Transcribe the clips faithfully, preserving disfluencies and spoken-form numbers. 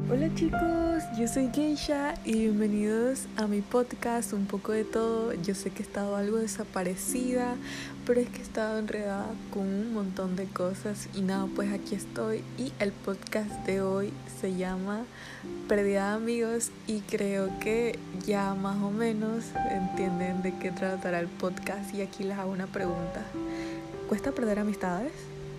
Hola chicos, yo soy Geisha y bienvenidos a mi podcast Un poco de todo. Yo sé que he estado algo desaparecida, pero es que he estado enredada con un montón de cosas y nada, pues aquí estoy y el podcast de hoy se llama Pérdida de amigos y creo que ya más o menos entienden de qué tratará el podcast y aquí les hago una pregunta. ¿Cuesta perder amistades?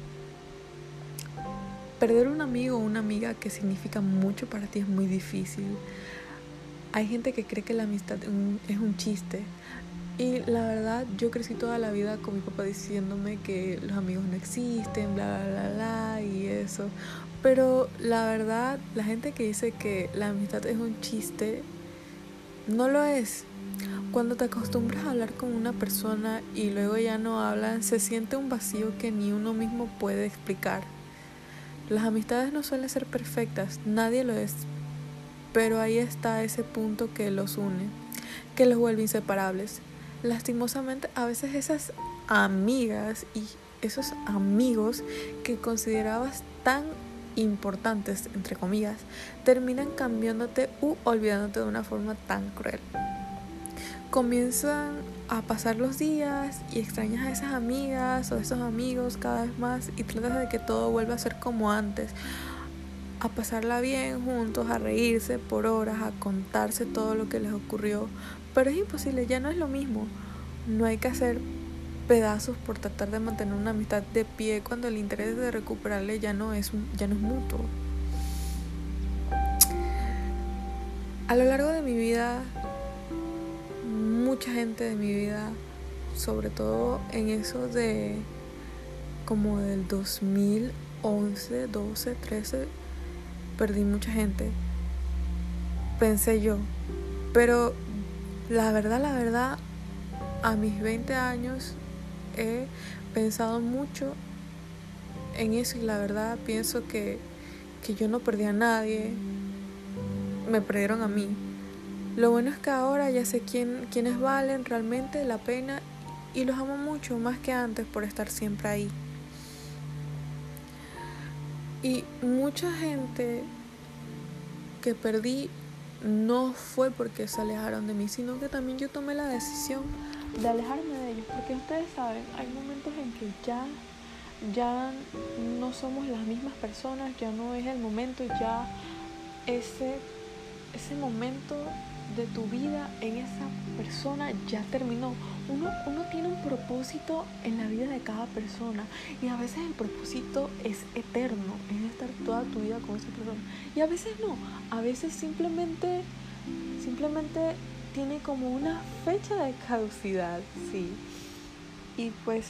Perder un amigo o una amiga que significa mucho para ti es muy difícil. Hay gente que cree que la amistad es un chiste. Y la verdad, yo crecí toda la vida con mi papá diciéndome que los amigos no existen, bla, bla, bla, bla, y eso. Pero la verdad, la gente que dice que la amistad es un chiste, no lo es. Cuando te acostumbras a hablar con una persona y luego ya no hablan, se siente un vacío que ni uno mismo puede explicar. Las amistades no suelen ser perfectas, nadie lo es, pero ahí está ese punto que los une, que los vuelve inseparables. Lastimosamente, a veces esas amigas y esos amigos que considerabas tan importantes, entre comillas, terminan cambiándote u olvidándote de una forma tan cruel. Comienzan a pasar los días y extrañas a esas amigas o esos amigos cada vez más y tratas de que todo vuelva a ser como antes, a pasarla bien juntos, a reírse por horas, a contarse todo lo que les ocurrió, pero es imposible, ya no es lo mismo. No hay que hacer pedazos por tratar de mantener una amistad de pie cuando el interés de recuperarle ya no es, ya no es mutuo. A lo largo de mi vida, mucha gente de mi vida, sobre todo en eso de como del dos mil once, doce, trece, perdí mucha gente, pensé yo. Pero la verdad, la verdad, a mis veinte años he pensado mucho en eso y la verdad pienso que, que yo no perdí a nadie, me perdieron a mí. Lo bueno es que ahora ya sé quién, quiénes valen realmente la pena y los amo mucho más que antes por estar siempre ahí. Y mucha gente que perdí no fue porque se alejaron de mí, sino que también yo tomé la decisión de alejarme de ellos, porque ustedes saben, hay momentos en que ya ya no somos las mismas personas, ya no es el momento, ya ese ese momento de tu vida en esa persona ya terminó. Uno, uno tiene un propósito en la vida de cada persona y a veces el propósito es eterno, es estar toda tu vida con esa persona y a veces no, a veces simplemente simplemente tiene como una fecha de caducidad, sí. Y pues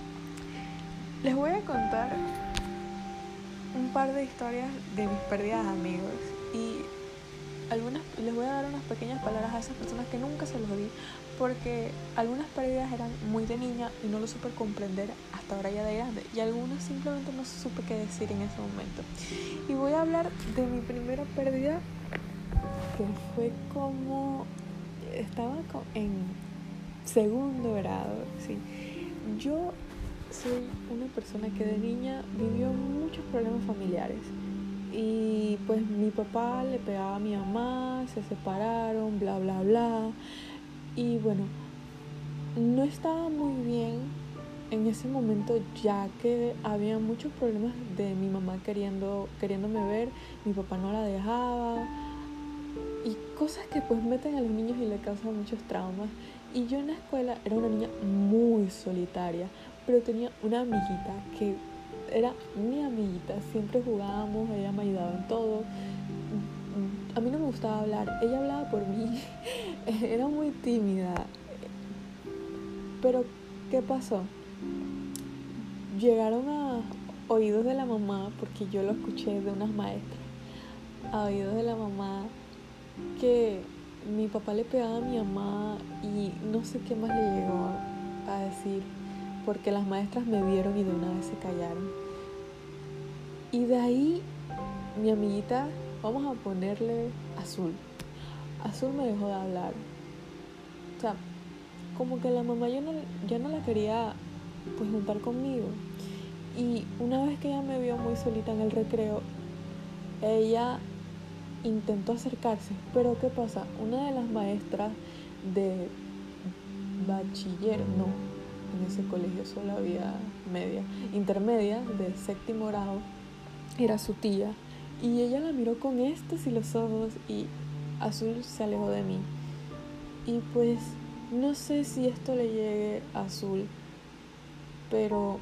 les voy a contar un par de historias de mis pérdidas de amigos y algunas, les voy a dar unas pequeñas palabras a esas personas que nunca se los di, porque algunas pérdidas eran muy de niña y no lo supe comprender hasta ahora ya de grande, y algunas simplemente no supe qué decir en ese momento. Y voy a hablar de mi primera pérdida, que fue como estaba en segundo grado, sí. Yo soy una persona que de niña vivió muchos problemas familiares. Y pues mi papá le pegaba a mi mamá, se separaron, bla, bla, bla. Y bueno, no estaba muy bien en ese momento, ya que había muchos problemas de mi mamá queriendo, queriéndome ver, mi papá no la dejaba. Y cosas que pues meten a los niños y le causan muchos traumas. Y yo en la escuela era una niña muy solitaria, pero tenía una amiguita que era mi amiguita, siempre jugábamos, ella me ayudaba en todo. A mí no me gustaba hablar, ella hablaba por mí, era muy tímida. Pero, ¿qué pasó? Llegaron a oídos de la mamá, porque yo lo escuché de unas maestras, a oídos de la mamá, que mi papá le pegaba a mi mamá y no sé qué más le llegó a decir, porque las maestras me vieron y de una vez se callaron. Y de ahí mi amiguita, vamos a ponerle Azul. Azul me dejó de hablar. O sea, como que la mamá ya no, ya no la quería pues juntar conmigo. Y una vez que ella me vio muy solita en el recreo, ella intentó acercarse, pero ¿qué pasa? Una de las maestras de bachiller, no, en ese colegio solo había media, intermedia, de séptimo grado, era su tía, y ella la miró con estos y los ojos, y Azul se alejó de mí. Y pues no sé si esto le llegue a Azul, pero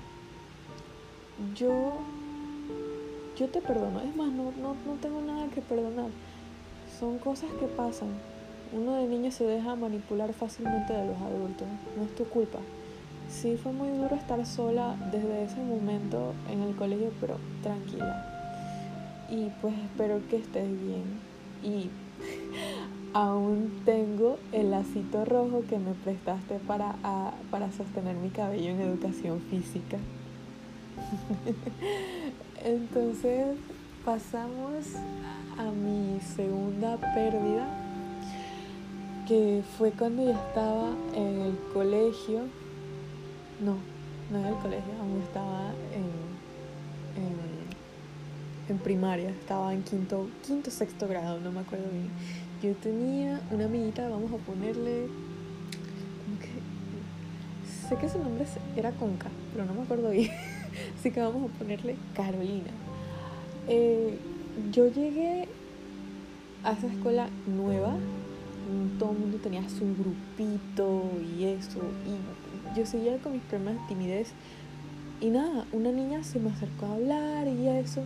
yo yo te perdono. Es más, no, no, no tengo nada que perdonar. Son cosas que pasan. Uno de niño se deja manipular fácilmente de los adultos. No es tu culpa. Sí, fue muy duro estar sola desde ese momento en el colegio, pero tranquila. Y pues espero que estés bien. Y aún tengo el lacito rojo que me prestaste para, a, para sostener mi cabello en educación física. Entonces pasamos a mi segunda pérdida, que fue cuando ya estaba en el colegio. No, no en el colegio, aún estaba en, en, en primaria, estaba en quinto, quinto, sexto grado, no me acuerdo bien. Yo tenía una amiguita, vamos a ponerle, como que, sé que su nombre era Conca, pero no me acuerdo bien, así que vamos a ponerle Carolina. Eh, yo llegué a esa escuela nueva, todo el mundo tenía su grupito y eso, y yo seguía con mis problemas de timidez, y nada, una niña se me acercó a hablar y eso,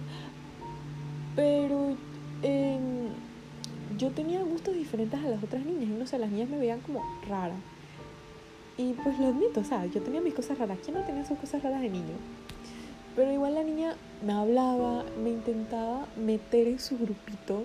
pero eh, yo tenía gustos diferentes a las otras niñas, y no sé, las niñas me veían como rara, y pues lo admito, o sea, yo tenía mis cosas raras. ¿Quién no tenía sus cosas raras de niño? Pero igual la niña me hablaba, me intentaba meter en su grupito,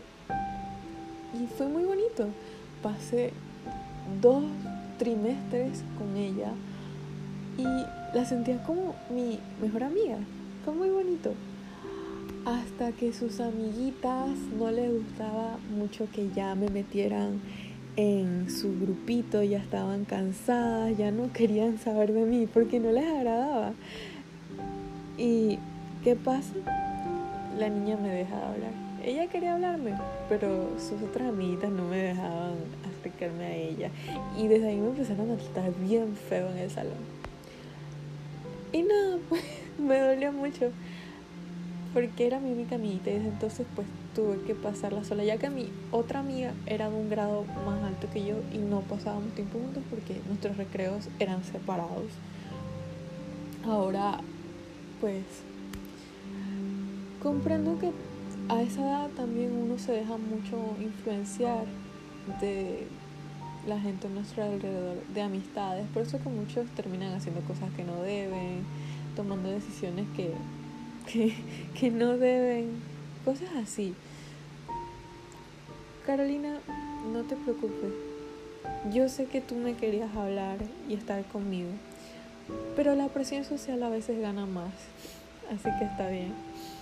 y fue muy bonito. Pasé dos trimestres con ella y la sentía como mi mejor amiga. Fue muy bonito. Hasta que sus amiguitas no les gustaba mucho que ya me metieran en su grupito, ya estaban cansadas, ya no querían saber de mí porque no les agradaba. ¿Y qué pasa? La niña me dejaba hablar. Ella quería hablarme, pero sus otras amiguitas no me dejaban acercarme a ella. Y desde ahí me empezaron a tratar bien feo en el salón. Y nada, pues me dolió mucho, porque era mi única amiguita, y desde entonces pues tuve que pasarla sola, ya que mi otra amiga era de un grado más alto que yo y no pasábamos tiempo juntos porque nuestros recreos eran separados. Ahora pues comprendo que a esa edad también uno se deja mucho influenciar de la gente a nuestro alrededor, de amistades, por eso que muchos terminan haciendo cosas que no deben, tomando decisiones que, que, que no deben, cosas así. Carolina, no te preocupes, yo sé que tú me querías hablar y estar conmigo, pero la presión social a veces gana más, así que está bien.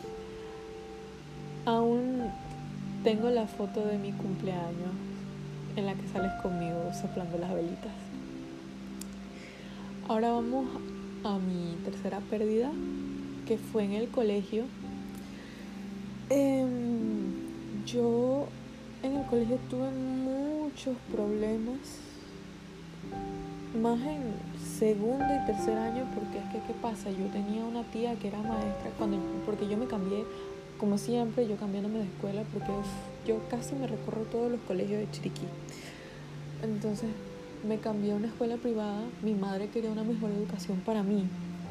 Aún tengo la foto de mi cumpleaños en la que sales conmigo soplando las velitas. Ahora vamos a mi tercera pérdida, que fue en el colegio. Eh, yo en el colegio tuve muchos problemas, más en segundo y tercer año, porque es que, ¿qué pasa? Yo tenía una tía que era maestra, cuando, porque yo me cambié, como siempre, yo cambiándome de escuela, porque uf, yo casi me recorro todos los colegios de Chiriquí. Entonces me cambié a una escuela privada, mi madre quería una mejor educación para mí.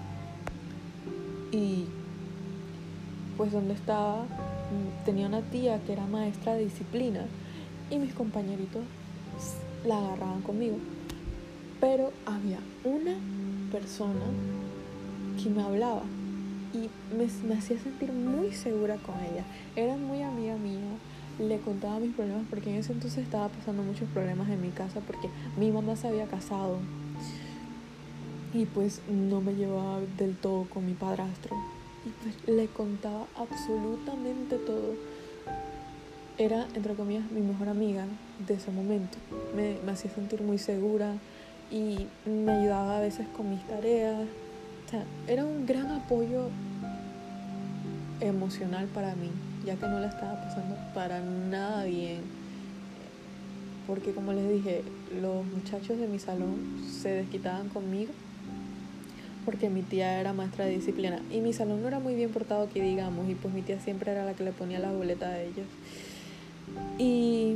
Y pues donde estaba, tenía una tía que era maestra de disciplina, y mis compañeritos la agarraban conmigo. Pero había una persona que me hablaba y me, me hacía sentir muy segura con ella. Era muy amiga mía, le contaba mis problemas, porque en ese entonces estaba pasando muchos problemas en mi casa, porque mi mamá se había casado y pues no me llevaba del todo con mi padrastro, y pues le contaba absolutamente todo. Era, entre comillas, mi mejor amiga de ese momento. Me, me hacía sentir muy segura y me ayudaba a veces con mis tareas. O sea, era un gran apoyo emocional para mí. ya que no la estaba pasando para nada bien, porque como les dije, los muchachos de mi salón se desquitaban conmigo porque mi tía era maestra de disciplina y mi salón no era muy bien portado, que digamos, y pues mi tía siempre era la que le ponía las boletas a ellos. Y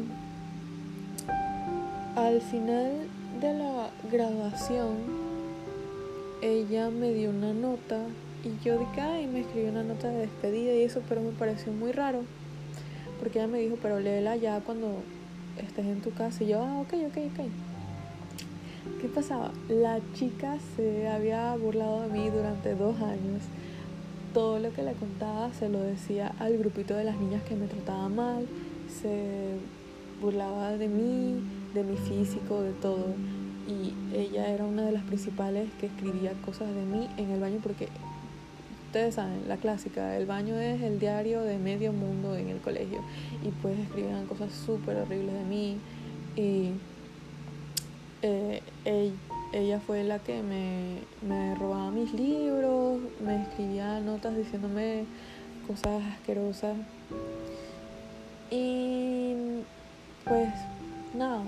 al final de la graduación ella me dio una nota y yo dije, ay, me escribió una nota de despedida y eso, pero me pareció muy raro porque ella me dijo, pero léela ya cuando estés en tu casa. Y yo, ah, ok, ok, ok. ¿Qué pasaba? La chica se había burlado de mí durante dos años. Todo lo que le contaba se lo decía al grupito de las niñas que me trataban mal. Se burlaba de mí, de mi físico, de todo. Y ella era una de las principales que escribía cosas de mí en el baño, porque ustedes saben, la clásica, el baño es el diario de medio mundo en el colegio. Y pues escribían cosas súper horribles de mí. Y eh, ella, ella fue la que me, me robaba mis libros, me escribía notas diciéndome cosas asquerosas. Y pues nada,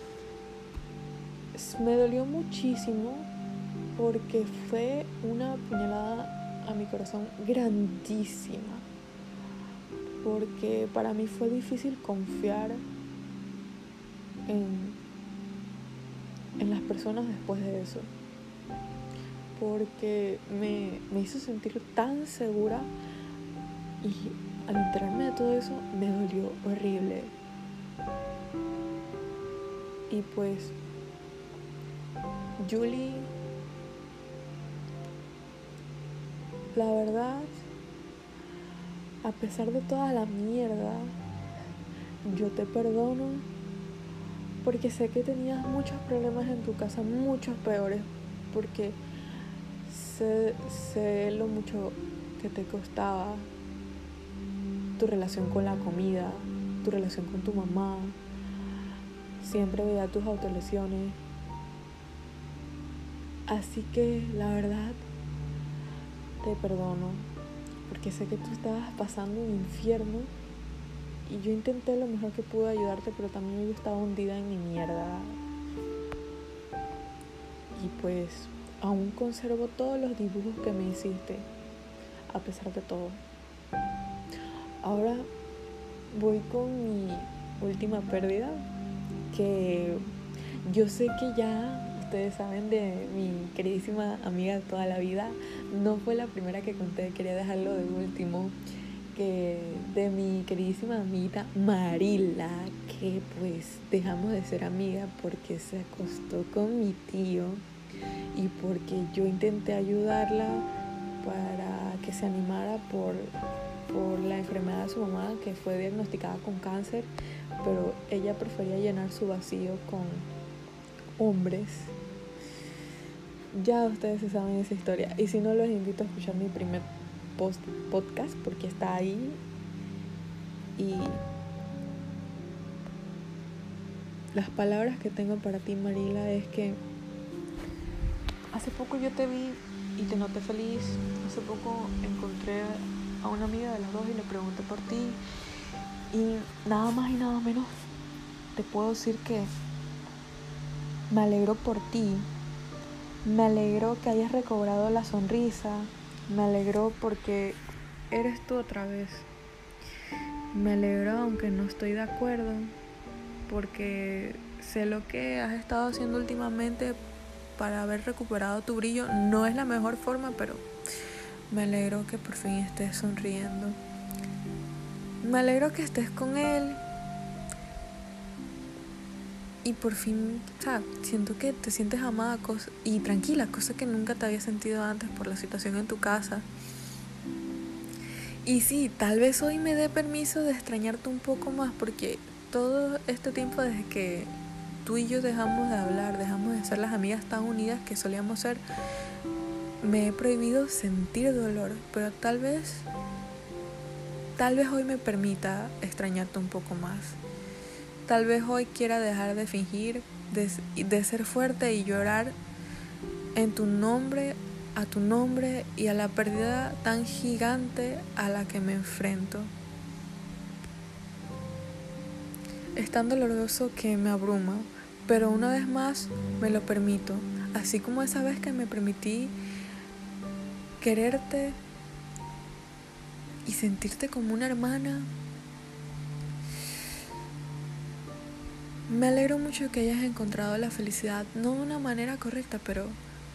me dolió muchísimo porque fue una puñalada a mi corazón grandísima, porque para mí fue difícil confiar en, en las personas después de eso, porque me, me hizo sentir tan segura y al enterarme de todo eso me dolió horrible. Y pues Julie, la verdad, a pesar de toda la mierda, yo te perdono porque sé que tenías muchos problemas en tu casa, muchos peores, porque sé, sé lo mucho que te costaba tu relación con la comida, tu relación con tu mamá. Siempre veía tus autolesiones. Así que la verdad te perdono, porque sé que tú estabas pasando un infierno y yo intenté lo mejor que pude ayudarte, pero también yo estaba hundida en mi mierda. Y pues aún conservo todos los dibujos que me hiciste, a pesar de todo. Ahora voy con mi última pérdida, que yo sé que ya ustedes saben de mi queridísima amiga de toda la vida. No fue la primera que conté, quería dejarlo de último, que de mi queridísima amiguita Marila, que pues dejamos de ser amiga porque se acostó con mi tío y porque yo intenté ayudarla para que se animara por, por la enfermedad de su mamá, que fue diagnosticada con cáncer, pero ella prefería llenar su vacío con hombres. Ya ustedes se saben esa historia, y si no, los invito a escuchar mi primer post podcast porque está ahí. Y las palabras que tengo para ti, Marila, es que hace poco yo te vi y te noté feliz. Hace poco encontré a una amiga de las dos y le pregunté por ti, y nada más y nada menos te puedo decir que me alegro por ti. Me alegro que hayas recobrado la sonrisa. Me alegro porque eres tú otra vez. Me alegro aunque no estoy de acuerdo, porque sé lo que has estado haciendo últimamente para haber recuperado tu brillo. No es la mejor forma, pero me alegro que por fin estés sonriendo. Me alegro que estés con él. Y por fin, o sea, siento que te sientes amada cosa, y tranquila, cosa que nunca te había sentido antes por la situación en tu casa. Y sí, tal vez hoy me dé permiso de extrañarte un poco más, porque todo este tiempo desde que tú y yo dejamos de hablar, dejamos de ser las amigas tan unidas que solíamos ser, me he prohibido sentir dolor, pero tal vez, tal vez hoy me permita extrañarte un poco más. Tal vez hoy quiera dejar de fingir, de, de ser fuerte y llorar en tu nombre, a tu nombre y a la pérdida tan gigante a la que me enfrento. es tan doloroso que me abruma, pero una vez más me lo permito, así como esa vez que me permití quererte y sentirte como una hermana. Me alegro mucho que hayas encontrado la felicidad, no de una manera correcta, pero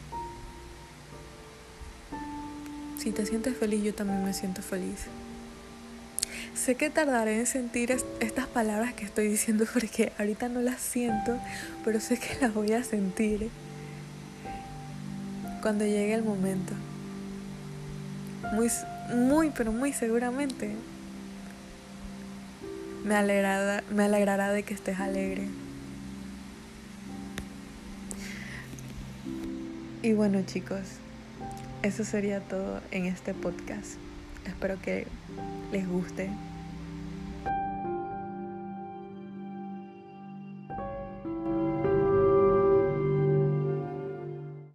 si te sientes feliz, yo también me siento feliz. Sé que tardaré en sentir est- estas palabras que estoy diciendo porque ahorita no las siento, pero sé que las voy a sentir cuando llegue el momento. Muy, muy, pero muy seguramente me alegrará, me alegrará de que estés alegre. Y bueno, chicos, eso sería todo en este podcast. Espero que les guste.